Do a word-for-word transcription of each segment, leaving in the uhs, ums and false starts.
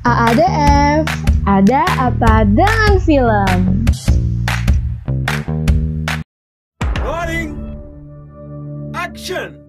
A A D F, ada apa dengan film? Rolling action.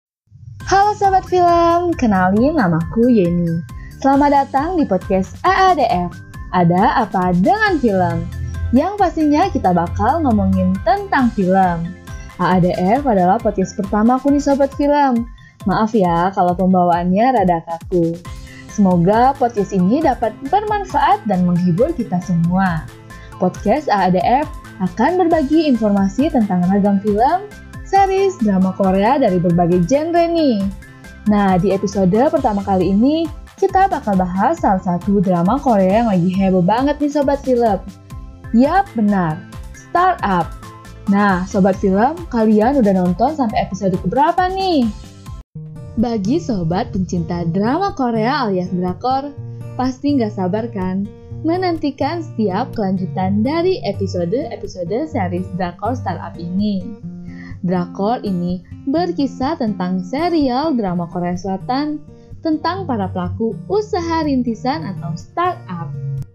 Halo Sobat Film, kenalin namaku Yeni. Selamat datang di podcast A A D F, ada apa dengan film? Yang pastinya kita bakal ngomongin tentang film. A A D F adalah podcast pertamaku nih Sobat Film. Maaf ya kalau pembawaannya rada kaku. Semoga podcast ini dapat bermanfaat dan menghibur kita semua. Podcast A A D F akan berbagi informasi tentang ragam film, series, drama Korea dari berbagai genre nih. Nah, di episode pertama kali ini, kita bakal bahas salah satu drama Korea yang lagi heboh banget nih Sobat Film. Yap, benar, Startup. Nah, Sobat Film, kalian udah nonton sampai episode keberapa nih? Bagi sobat pencinta drama Korea alias drakor, pasti nggak sabar kan menantikan setiap kelanjutan dari episode-episode series drakor Startup ini. Drakor ini berkisah tentang serial drama Korea Selatan tentang para pelaku usaha rintisan atau startup.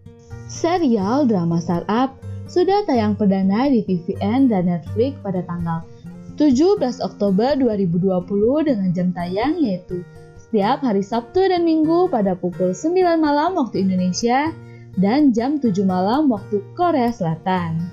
Serial drama Startup sudah tayang perdana di T V N dan Netflix pada tanggal tujuh belas Oktober dua ribu dua puluh dengan jam tayang yaitu setiap hari Sabtu dan Minggu pada pukul sembilan malam waktu Indonesia dan jam tujuh malam waktu Korea Selatan.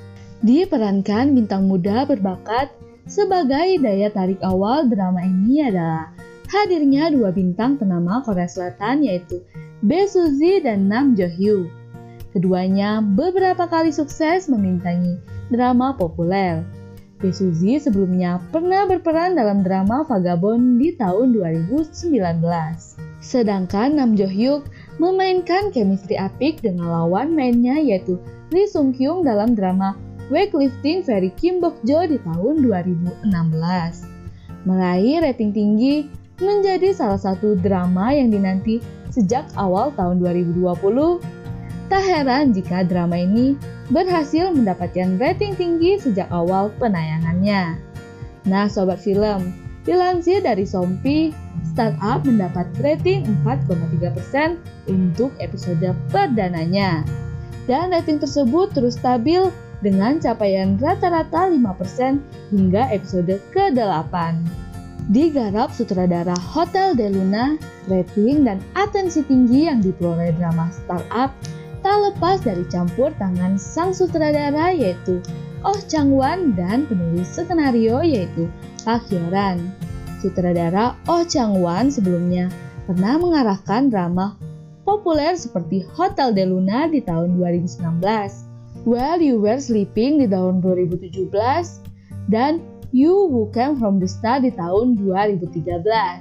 Diperankan bintang muda berbakat sebagai daya tarik awal drama ini adalah hadirnya dua bintang ternama Korea Selatan yaitu Bae Suzy dan Nam Jo Hyuk. Keduanya beberapa kali sukses membintangi drama populer. Bae Suzy sebelumnya pernah berperan dalam drama Vagabond di tahun dua ribu sembilan belas. Sedangkan Nam Jo Hyuk memainkan chemistry apik dengan lawan mainnya yaitu Lee Sung Kyung dalam drama Weightlifting Very Kim Bok Jo di tahun dua ribu enam belas. Meraih rating tinggi menjadi salah satu drama yang dinanti sejak awal tahun dua ribu dua puluh. Tak heran jika drama ini berhasil mendapatkan rating tinggi sejak awal penayangannya. Nah Sobat Film, dilansir dari Sompi, Startup mendapat rating empat koma tiga persen untuk episode perdananya. Dan rating tersebut terus stabil dengan capaian rata-rata lima persen hingga episode kedelapan. Digarap sutradara Hotel de Luna, rating dan atensi tinggi yang diperoleh drama Startup tak lepas dari campur tangan sang sutradara yaitu Oh Chang-won dan penulis skenario yaitu Park Hyo-ran. Sutradara Oh Chang-won sebelumnya pernah mengarahkan drama populer seperti Hotel de Luna di tahun dua ribu sembilan belas, While You Were Sleeping di tahun dua ribu tujuh belas, dan You Who Came From The Start di tahun dua ribu tiga belas.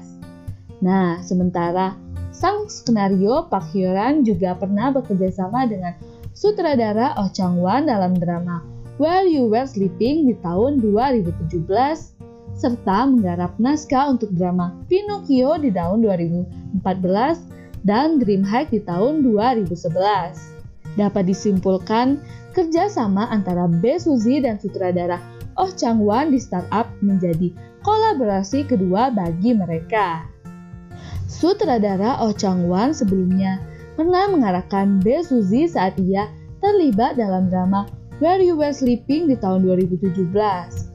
Nah, sementara sang skenario Park Hyo-ran juga pernah bekerja sama dengan sutradara Oh Chang-won dalam drama While You Were Sleeping di tahun dua ribu tujuh belas, serta menggarap naskah untuk drama Pinocchio di tahun dua ribu empat belas dan Dream High di tahun dua ribu sebelas. Dapat disimpulkan, kerjasama antara Bae Suzy dan sutradara Oh Chang-won di Startup menjadi kolaborasi kedua bagi mereka. Sutradara Oh Chang-won sebelumnya pernah mengarahkan Bae Suzy saat ia terlibat dalam drama Where You Were Sleeping di tahun dua ribu tujuh belas.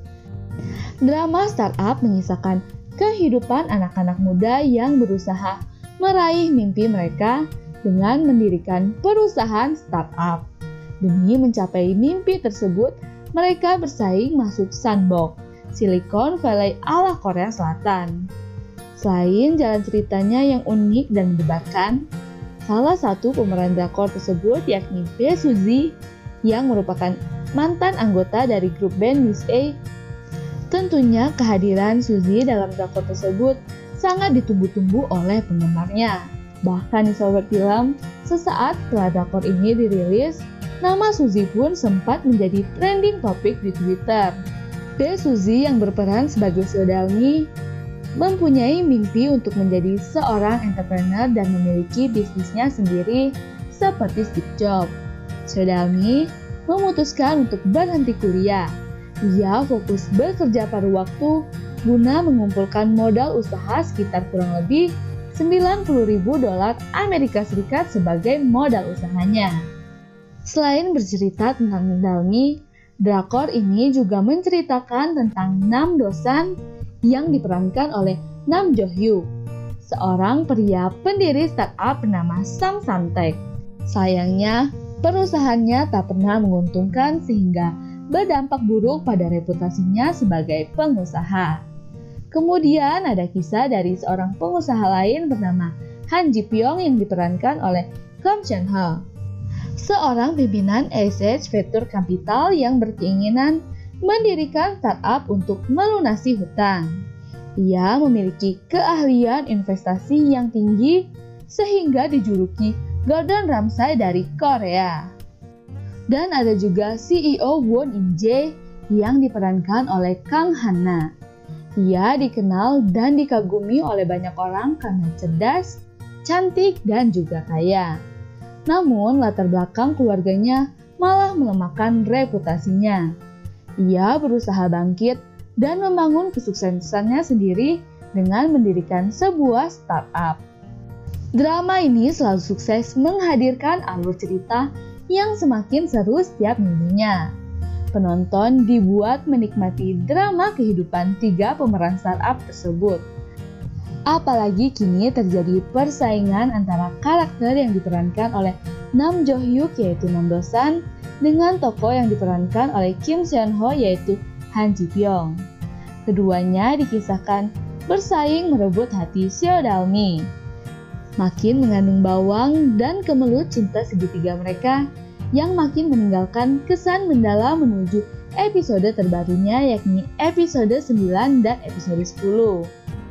Drama Startup mengisahkan kehidupan anak-anak muda yang berusaha meraih mimpi mereka dengan mendirikan perusahaan startup. Demi mencapai mimpi tersebut, mereka bersaing masuk sandbox, Silicon Valley ala Korea Selatan. Selain jalan ceritanya yang unik dan mendebarkan, salah satu pemeran drakor tersebut yakni Bae Suzy yang merupakan mantan anggota dari grup band Miss A. Tentunya kehadiran Suzy dalam drakor tersebut sangat ditunggu-tunggu oleh penggemarnya. Bahkan di Sobat Film, sesaat setelah drakor ini dirilis, nama Suzy pun sempat menjadi trending topik di Twitter. Bae Suzy yang berperan sebagai Seodalmi mempunyai mimpi untuk menjadi seorang entrepreneur dan memiliki bisnisnya sendiri seperti Steve Jobs. Seodalmi memutuskan untuk berhenti kuliah. Ia fokus bekerja paruh waktu guna mengumpulkan modal usaha sekitar kurang lebih sembilan puluh ribu dolar Amerika Serikat sebagai modal usahanya. Selain bercerita tentang Dalmi, drakor ini juga menceritakan tentang Nam Do-san yang diperankan oleh Nam Jo-hyuk, seorang pria pendiri startup bernama Samsung. Sayangnya, perusahaannya tak pernah menguntungkan sehingga berdampak buruk pada reputasinya sebagai pengusaha. Kemudian ada kisah dari seorang pengusaha lain bernama Han Ji Pyong yang diperankan oleh Kim Seon Ho, seorang pimpinan Asset Venture Capital yang berkeinginan mendirikan startup untuk melunasi hutang. Ia memiliki keahlian investasi yang tinggi sehingga dijuluki Gordon Ramsay dari Korea. Dan ada juga C E O Won In-jae yang diperankan oleh Kang Han-na. Ia dikenal dan dikagumi oleh banyak orang karena cerdas, cantik, dan juga kaya. Namun latar belakang keluarganya malah melemahkan reputasinya. Ia berusaha bangkit dan membangun kesuksesannya sendiri dengan mendirikan sebuah startup. Drama ini selalu sukses menghadirkan alur cerita yang semakin seru setiap minggunya. Penonton dibuat menikmati drama kehidupan tiga pemeran startup tersebut. Apalagi kini terjadi persaingan antara karakter yang diperankan oleh Nam Jo-hyuk yaitu Nam Do-san dengan tokoh yang diperankan oleh Kim Seon Ho yaitu Han Ji Pyong. Keduanya dikisahkan bersaing merebut hati Seo Dalmi. Makin mengandung bawang dan kemelut cinta segitiga mereka yang makin meninggalkan kesan mendalam menuju episode terbarunya yakni episode sembilan dan episode sepuluh.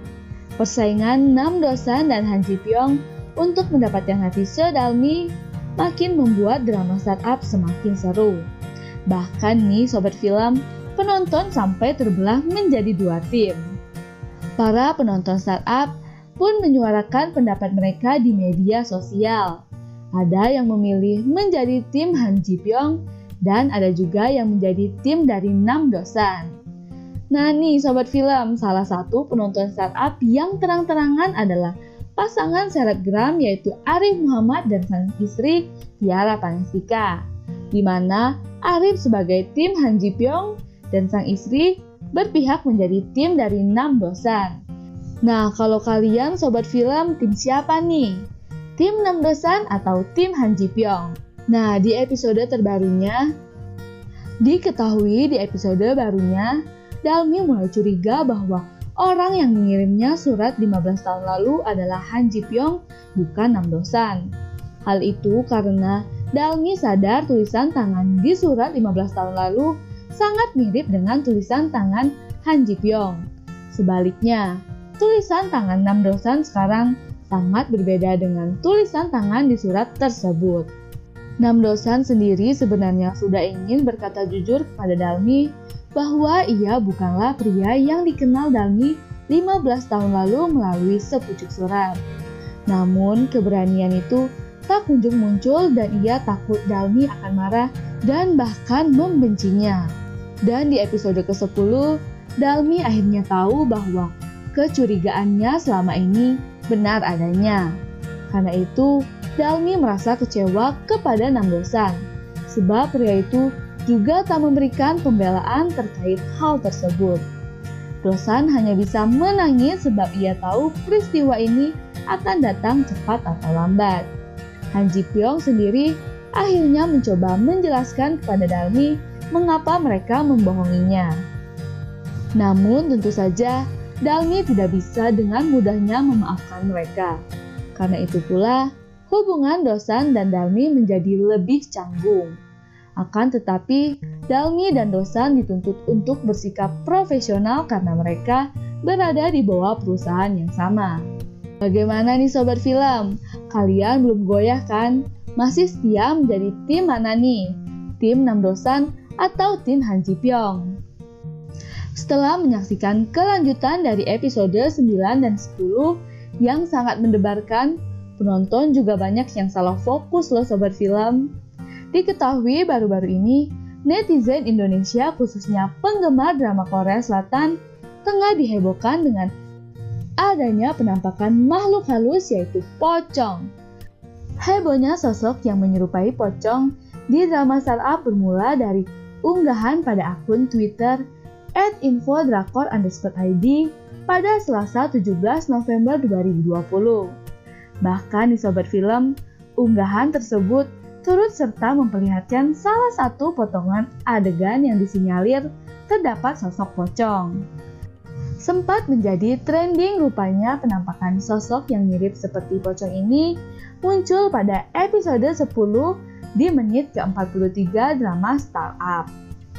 Persaingan Nam Do-san dan Han Ji Pyong untuk mendapatkan hati Seo Dalmi makin membuat drama startup semakin seru. Bahkan nih sobat film, penonton sampai terbelah menjadi dua tim. Para penonton startup pun menyuarakan pendapat mereka di media sosial. Ada yang memilih menjadi tim Han Ji Pyong dan ada juga yang menjadi tim dari Nam Do-san. Nah nih sobat film, salah satu penonton startup yang terang-terangan adalah pasangan selebgram yaitu Arif Muhammad dan sang istri Tiara Panestika, di mana Arif sebagai tim Han Ji Pyong dan sang istri berpihak menjadi tim dari Nam Do-san. Nah, kalau kalian sobat film, tim siapa nih? Tim Nam Do-san atau tim Han Ji Pyong? Nah, di episode terbarunya, diketahui di episode barunya, Dalmi mulai curiga bahwa orang yang mengirimnya surat lima belas tahun lalu adalah Han Ji Pyong, bukan Nam Do-san. Hal itu karena Dalmi sadar tulisan tangan di surat lima belas tahun lalu sangat mirip dengan tulisan tangan Han Ji Pyong. Sebaliknya, tulisan tangan Nam Do-san sekarang sangat berbeda dengan tulisan tangan di surat tersebut. Nam Do-san sendiri sebenarnya sudah ingin berkata jujur kepada Dalmi bahwa ia bukanlah pria yang dikenal Dalmi lima belas tahun lalu melalui sepucuk surat. Namun keberanian itu tak kunjung muncul dan ia takut Dalmi akan marah dan bahkan membencinya. Dan di episode kesepuluh, Dalmi akhirnya tahu bahwa kecurigaannya selama ini benar adanya. Karena itu, Dalmi merasa kecewa kepada Nam Do-san, sebab pria itu juga tak memberikan pembelaan terkait hal tersebut. Do-san hanya bisa menangis sebab ia tahu peristiwa ini akan datang cepat atau lambat. Han Ji Pyong sendiri akhirnya mencoba menjelaskan kepada Dalmi mengapa mereka membohonginya. Namun tentu saja Dalmi tidak bisa dengan mudahnya memaafkan mereka. Karena itu pula, hubungan Do-san dan Dalmi menjadi lebih canggung. Akan tetapi, Dalmi dan Do-san dituntut untuk bersikap profesional karena mereka berada di bawah perusahaan yang sama. Bagaimana nih sobat film? Kalian belum goyah kan? Masih setia menjadi tim mana nih? Tim Nam Do-san atau tim Han Ji Pyong? Setelah menyaksikan kelanjutan dari episode sembilan dan sepuluh yang sangat mendebarkan, penonton juga banyak yang salah fokus loh sobat film. Diketahui baru-baru ini, netizen Indonesia khususnya penggemar drama Korea Selatan tengah dihebohkan dengan adanya penampakan makhluk halus yaitu pocong. Hebohnya sosok yang menyerupai pocong di drama startup bermula dari unggahan pada akun Twitter at infodrakor underscore id pada Selasa tujuh belas November dua ribu dua puluh. Bahkan di Sobat Film, unggahan tersebut turut serta memperlihatkan salah satu potongan adegan yang disinyalir terdapat sosok pocong. Sempat menjadi trending rupanya penampakan sosok yang mirip seperti pocong ini muncul pada episode sepuluh di menit ke empat puluh tiga drama Startup.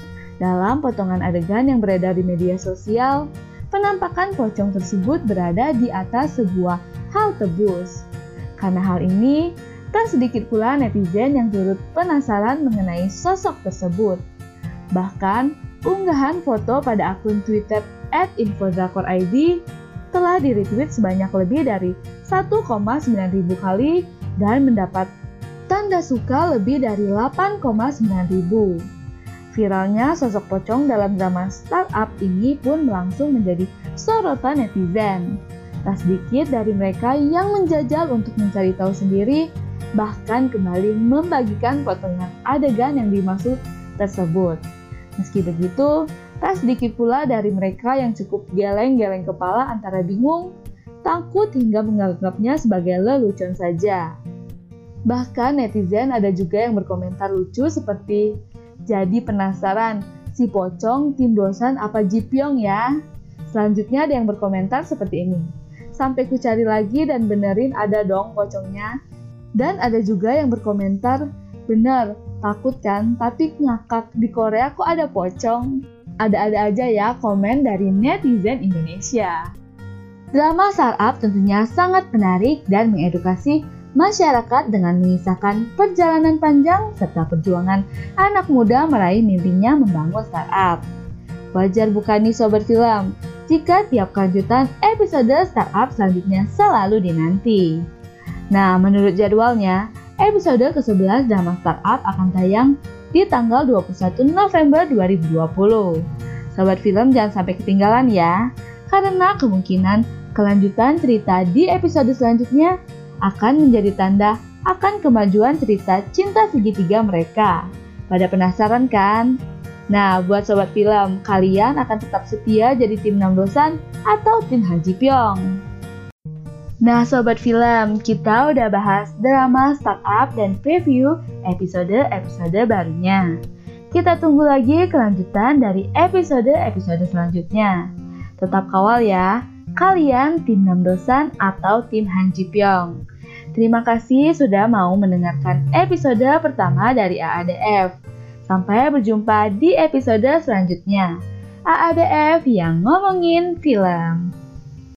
Dalam potongan adegan yang beredar di media sosial, penampakan pocong tersebut berada di atas sebuah halte bus. Karena hal ini, tak sedikit pula netizen yang turut penasaran mengenai sosok tersebut. Bahkan, unggahan foto pada akun Twitter at infodrakor id telah di-retweet sebanyak lebih dari satu koma sembilan ribu kali dan mendapat tanda suka lebih dari delapan koma sembilan ribu. Viralnya sosok pocong dalam drama Startup ini pun langsung menjadi sorotan netizen. Tak sedikit dari mereka yang menjajal untuk mencari tahu sendiri, bahkan kembali membagikan potongan adegan yang dimaksud tersebut. Meski begitu, tak sedikit pula dari mereka yang cukup geleng-geleng kepala antara bingung, takut hingga menganggapnya sebagai lelucon saja. Bahkan netizen ada juga yang berkomentar lucu seperti, "Jadi penasaran, si pocong tim dosan apa Jipyong ya?" Selanjutnya ada yang berkomentar seperti ini, "Sampai ku cari lagi dan benerin ada dong pocongnya." Dan ada juga yang berkomentar, "Bener, takut kan, tapi ngakak di Korea kok ada pocong?" Ada-ada aja ya komen dari netizen Indonesia. Drama Startup tentunya sangat menarik dan mengedukasi masyarakat dengan mengisahkan perjalanan panjang serta perjuangan anak muda meraih mimpinya membangun startup. Wajar bukan nih Sobat Film, jika tiap kelanjutan episode Startup selanjutnya selalu dinanti. Nah, menurut jadwalnya, episode ke sebelas drama Startup akan tayang di tanggal dua puluh satu November dua ribu dua puluh. Sobat Film jangan sampai ketinggalan ya, karena kemungkinan kelanjutan cerita di episode selanjutnya akan menjadi tanda akan kemajuan cerita cinta segitiga mereka. Pada penasaran kan? Nah, buat Sobat Film, kalian akan tetap setia jadi tim Namdosan atau tim Han Ji Pyong? Nah Sobat Film, kita udah bahas drama Startup dan preview episode-episode barunya. Kita tunggu lagi kelanjutan dari episode-episode selanjutnya. Tetap kawal ya, kalian tim Namdosan atau tim Han Ji Pyong. Terima kasih sudah mau mendengarkan episode pertama dari A A D F. Sampai berjumpa di episode selanjutnya. A A D F yang ngomongin film.